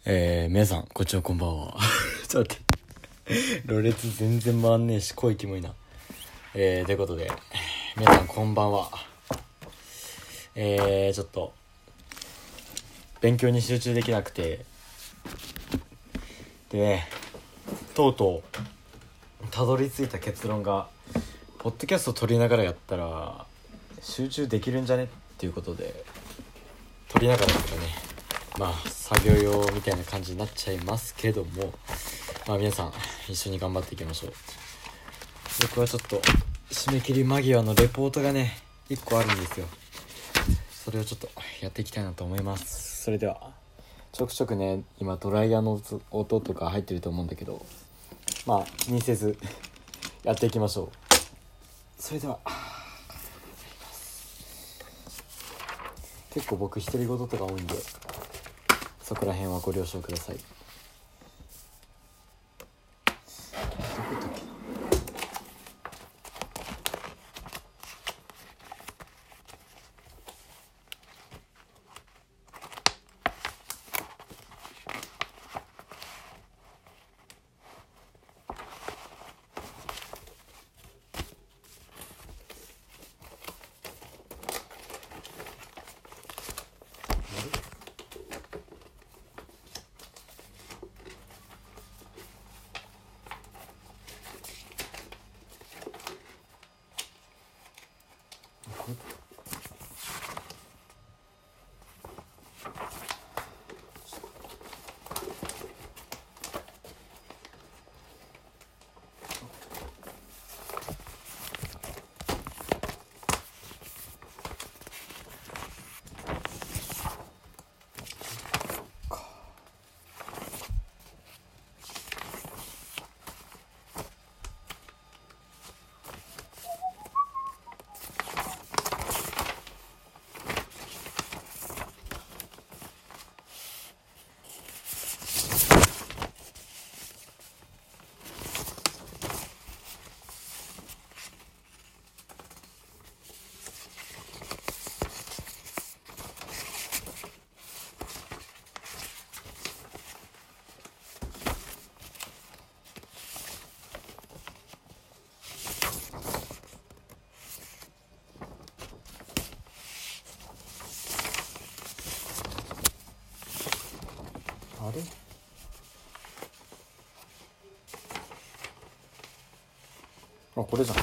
皆さんこんにちは、こんばんは。ちょっと待って、ろれつ全然回んねえし声キモいな。ということで皆さんこんばんは。ちょっと勉強に集中できなくて、でね、とうとうたどり着いた結論が、ポッドキャスト撮りながらやったら集中できるんじゃねっていうことで、撮りながらとかね、まあ作業用みたいな感じになっちゃいますけども、まあ皆さん一緒に頑張っていきましょう。僕はちょっと締め切り間際のレポートがね1個あるんですよ。それをちょっとやっていきたいなと思います。それではちょくちょくね、今ドライヤーの音とか入ってると思うんだけど、まあ気にせずやっていきましょう。それでは結構僕独り言とか多いんで、そこら辺はご了承ください。どこだっけな。あれ、あ、これじゃん。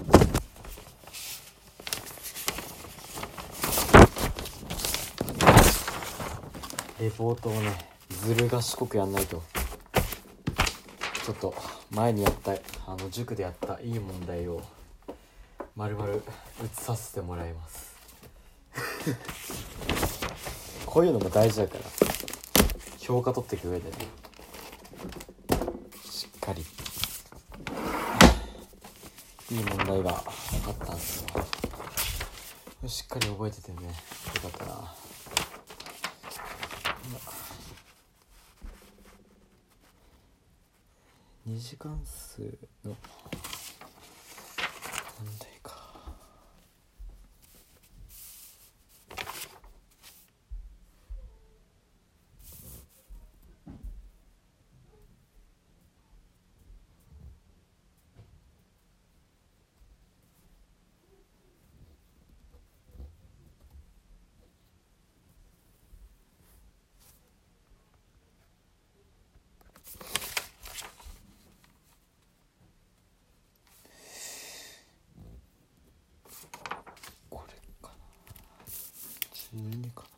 レポートをねずる賢くやんないと。ちょっと前にやった塾でやったいい問題を丸々写させてもらいます。こういうのも大事だから、評価取っていく上でね、しっかりいい問題があったんですよ。しっかり覚えててね、よかったな。2次関数の問題か。12かな。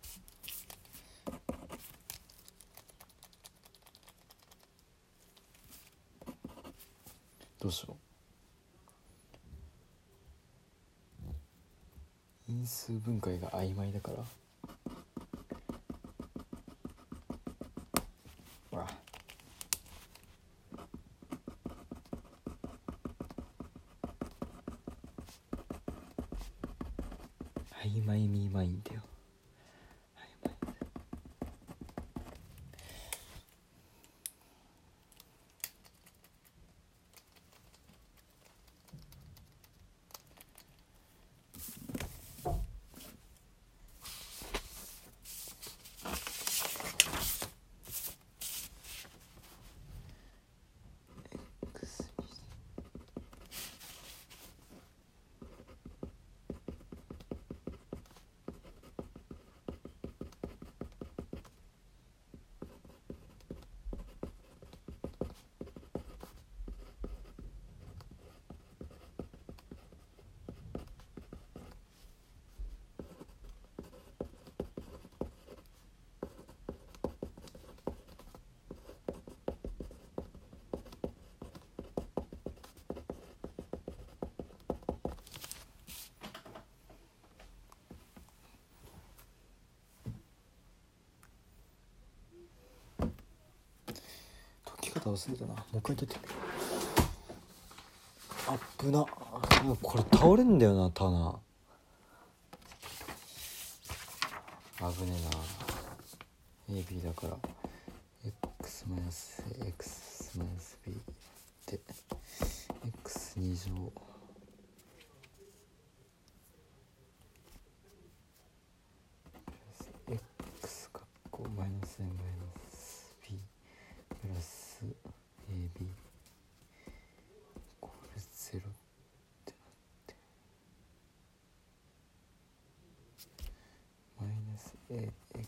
どうしよう。因数分解が曖昧だから、ほら曖昧ミーマインだよ。 方忘れたな。もう一回撮ってみる。あっぶな。もうこれ倒れんだよな、棚。危ねえな。 AB だから x マイナス x マイナス b で x2 乗x かっこマイナス a マイナス b プラス ab イコール0ってなってマイナス ax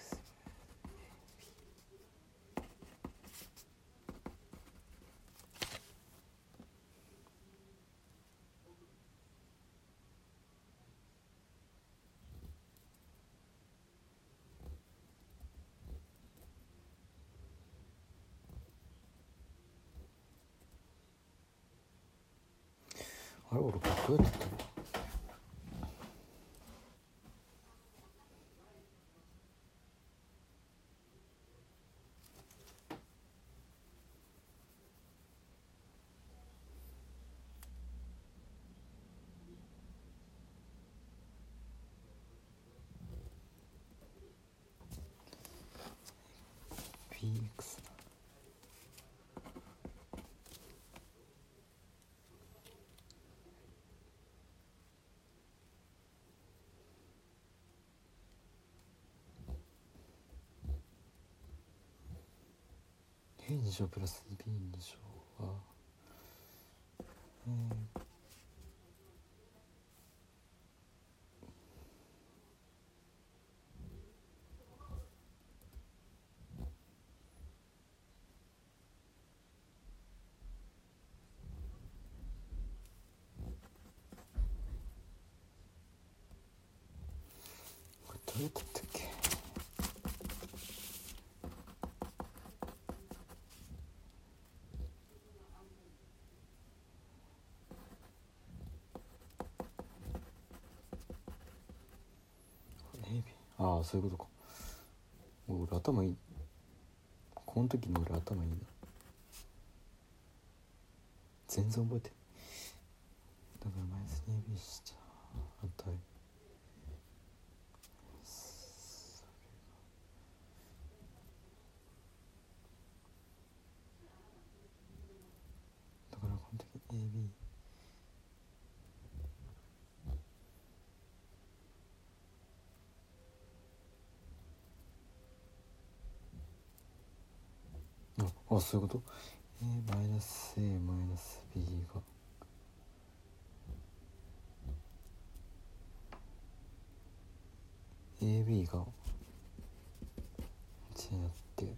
あれ俺これどうやってやったの。bx a2乗プラス b2乗はこれどうやってやったっけ。ああそういうことか。俺頭いい。この時の俺頭いいな。全然覚えてる。だからマイナス 2b した値だからこの時 AB そういうこと。マイナス a マイナス b がAB が1になって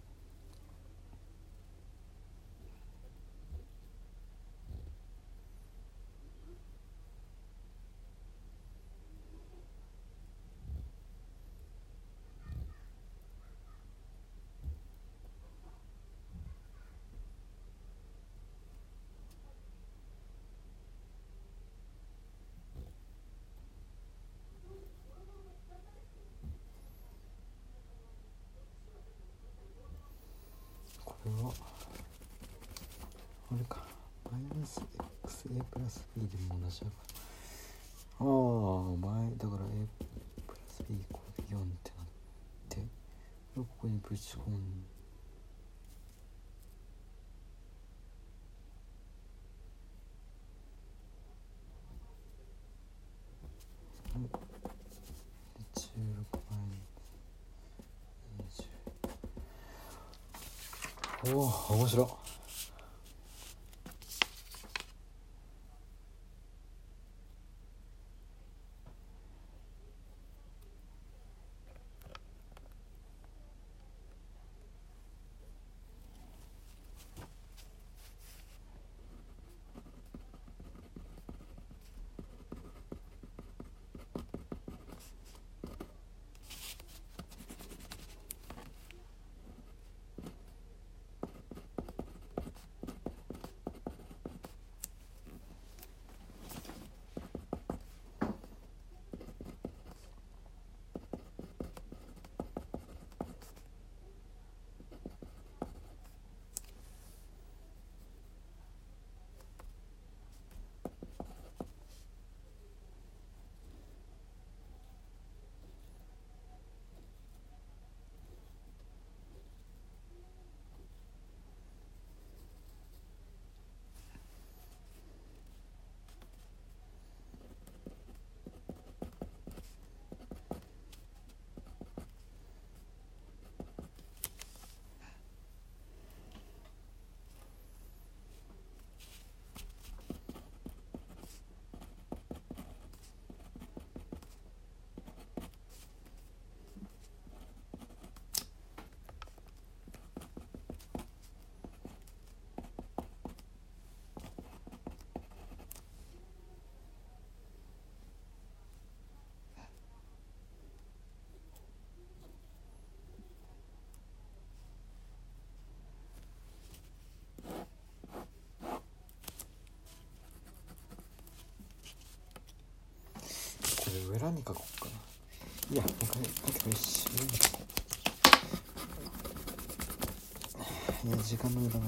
これはあれかマイナス xa プラス b でも同じだからだから a プラス b イコール4ってなってここにぶち込ん16マイナス20。おお面白い。 何書こうかな。いや、他に書けばいいし。いや、時間の無駄な。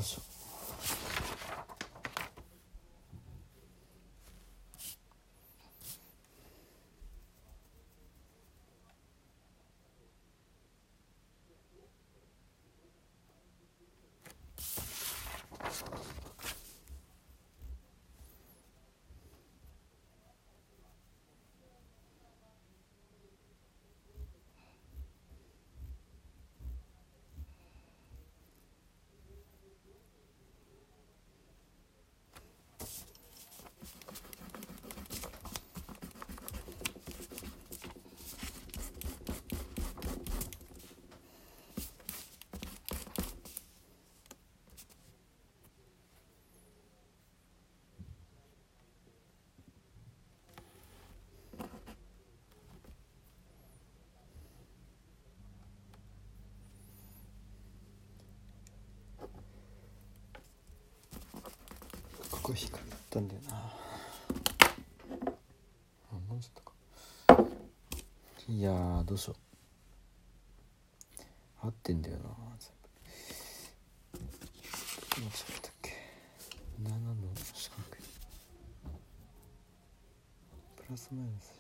うしよう。ここ引っかかったんだよな。飲んじゃったか。いやーどうしよう。合ってんだよな全部。どうしったっけ。7の四角いプラスマイナス。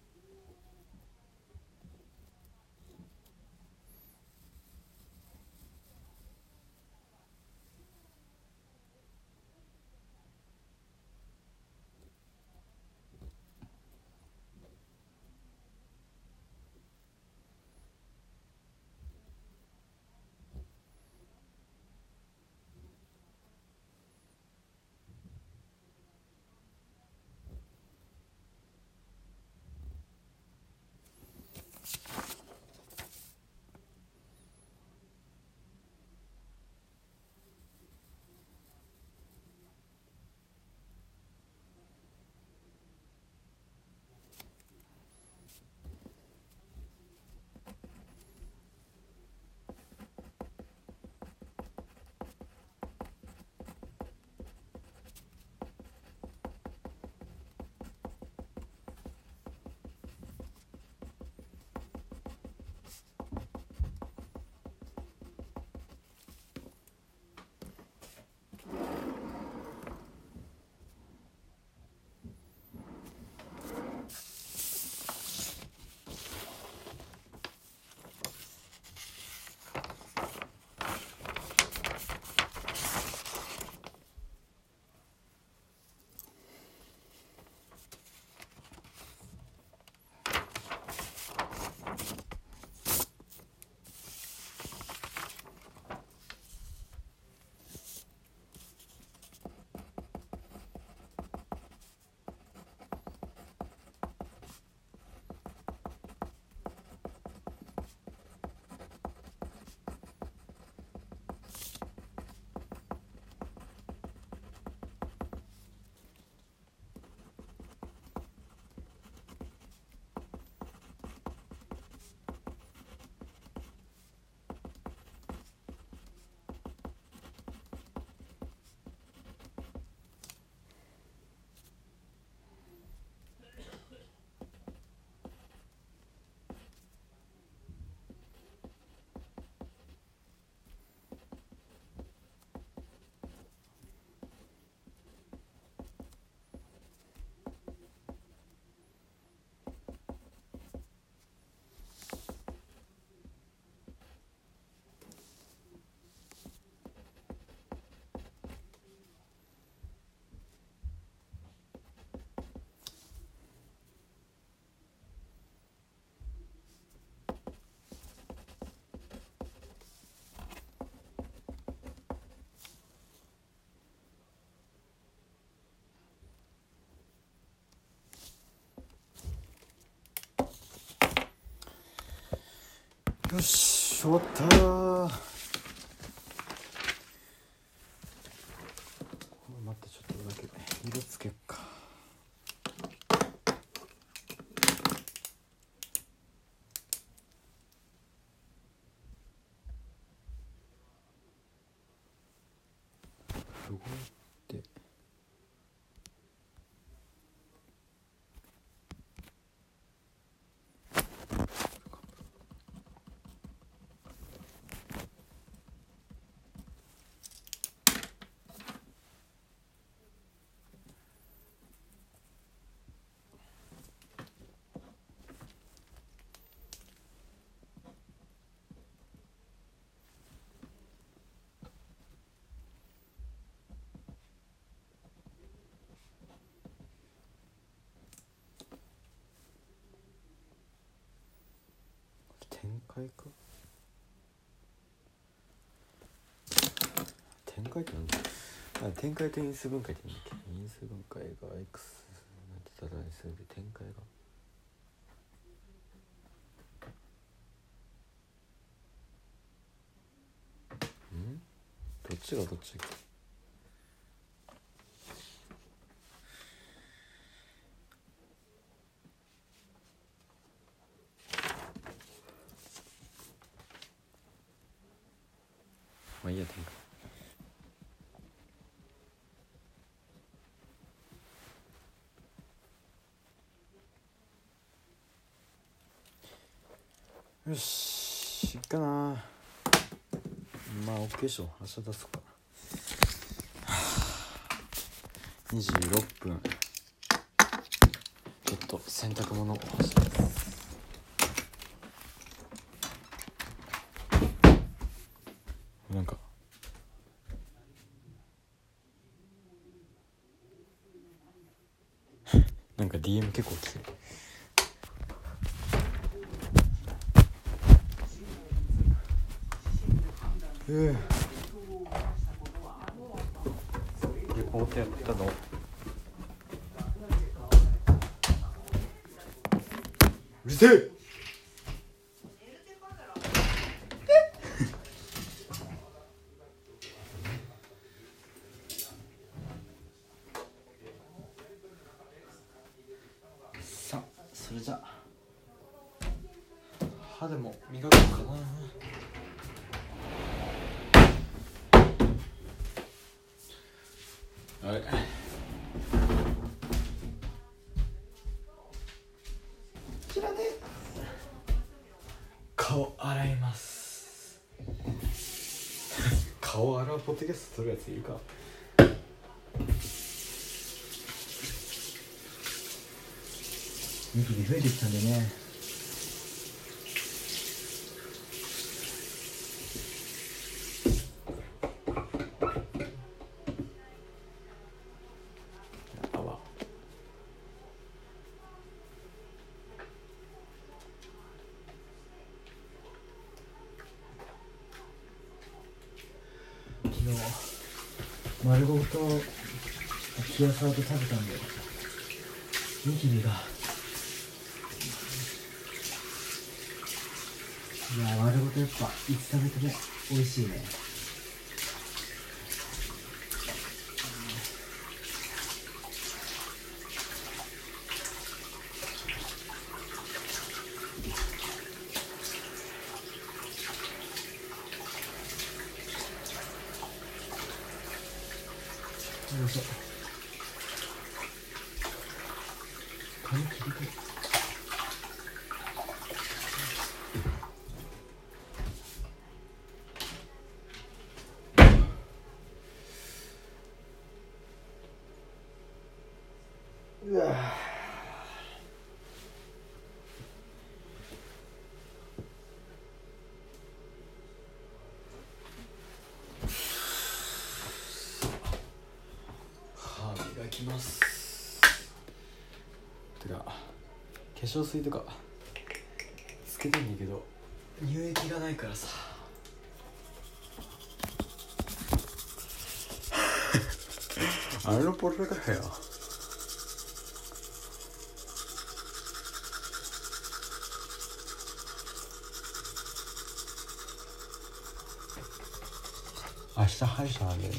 よし終わったー。待ってちょっとだけ色つけっか。ロゴって開か。展開ってなんだ。展開と因数分解ってなんだっけ。因数分解が x なんてただにするで展開がどっちがどっちだっけ。まあいいや、展開。よし、いっかな。まあ OK でしょ。明日出すか。26分。ちょっと洗濯物を干します。なんか DM 結構来てる。レポートやったのうるせえさあ、それじゃ歯でも磨こうかな。あれ、知らねえ。顔洗います顔洗うポッドキャスト撮るやついるか。ニキビ増えてきたんでね。丸ごとキアサーと食べたんでニキビが、いや丸ごとやっぱいつ食べても美味しいね。よいしょ。髪切りたい。うわ歯磨きます。てか化粧水とかつけてんだけど乳液がないからさpor recajeo. Hasta hayşale.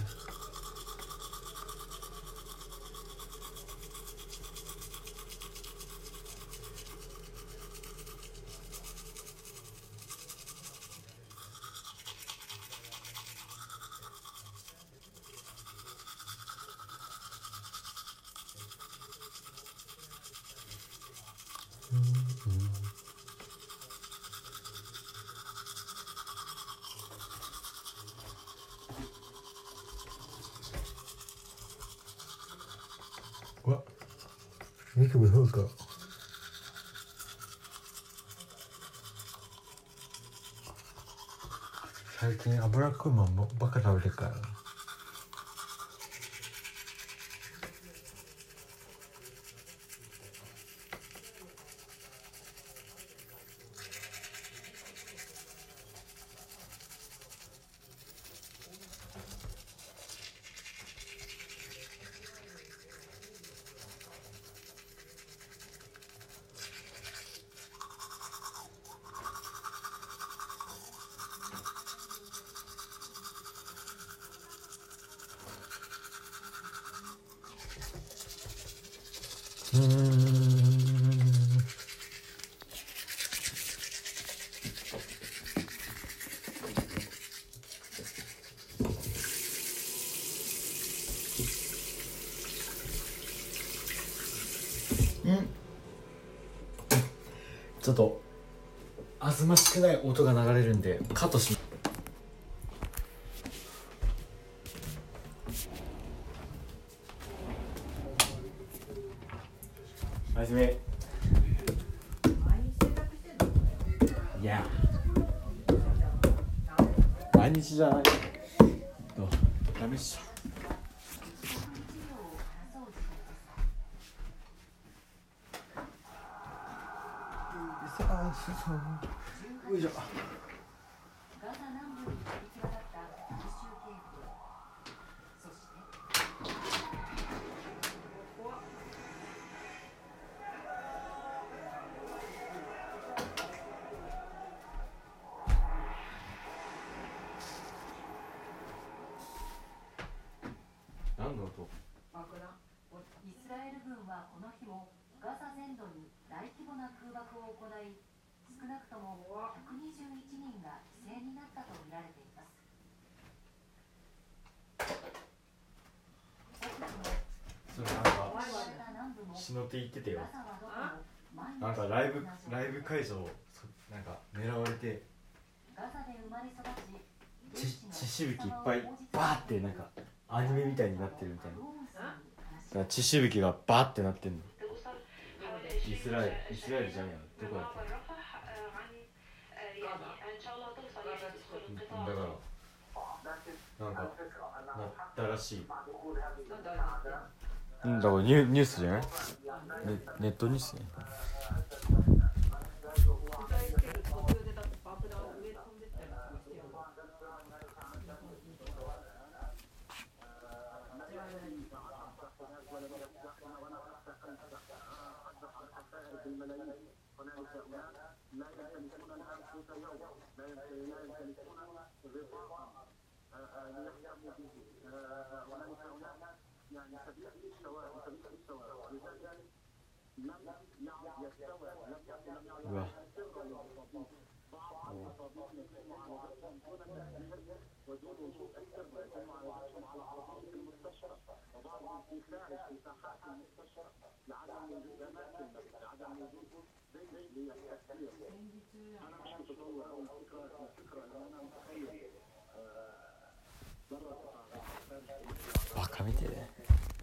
わ、ニキビ増えた。最近脂っこいもんばっか食べてるからな。 ちょっとあずましくない音が流れるんでカットしおやすみ。いや毎日じゃないダメっしょ。よいしょ。ガザ南部に響き渡った空襲警報。そして何の音？イスラエル軍はこの日もガザ全土に大規模な空爆を行い、少なくとも121人が犠牲になったとみられています。それなんか死の手言っててよ。なんかライブ会場なんか狙われて血しぶきいっぱいバーってなんかアニメみたいになってるみたいな。だから血しぶきがバーってなってんの。イスラエルじゃんやん。どこだっけ？だからなんかなったらしい。だからニュースじゃない？ネットニュースね。うわ。バカみてえね。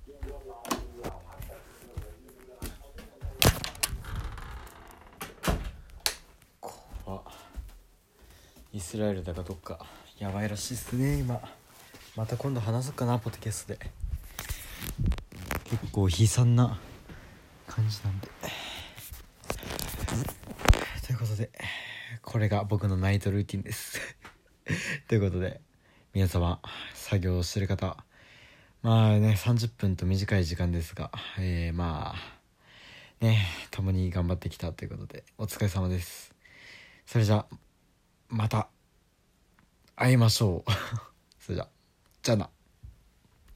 イスラエルだかどっかやばいらしいっすね今。また今度話そうかなポッドキャストで。結構悲惨な感じなんで。ということでこれが僕のナイトルーティンですということで皆様作業してる方、まあね30分と短い時間ですが、まあね共に頑張ってきたということでお疲れ様です。それじゃまた会いましょうそれじゃあな。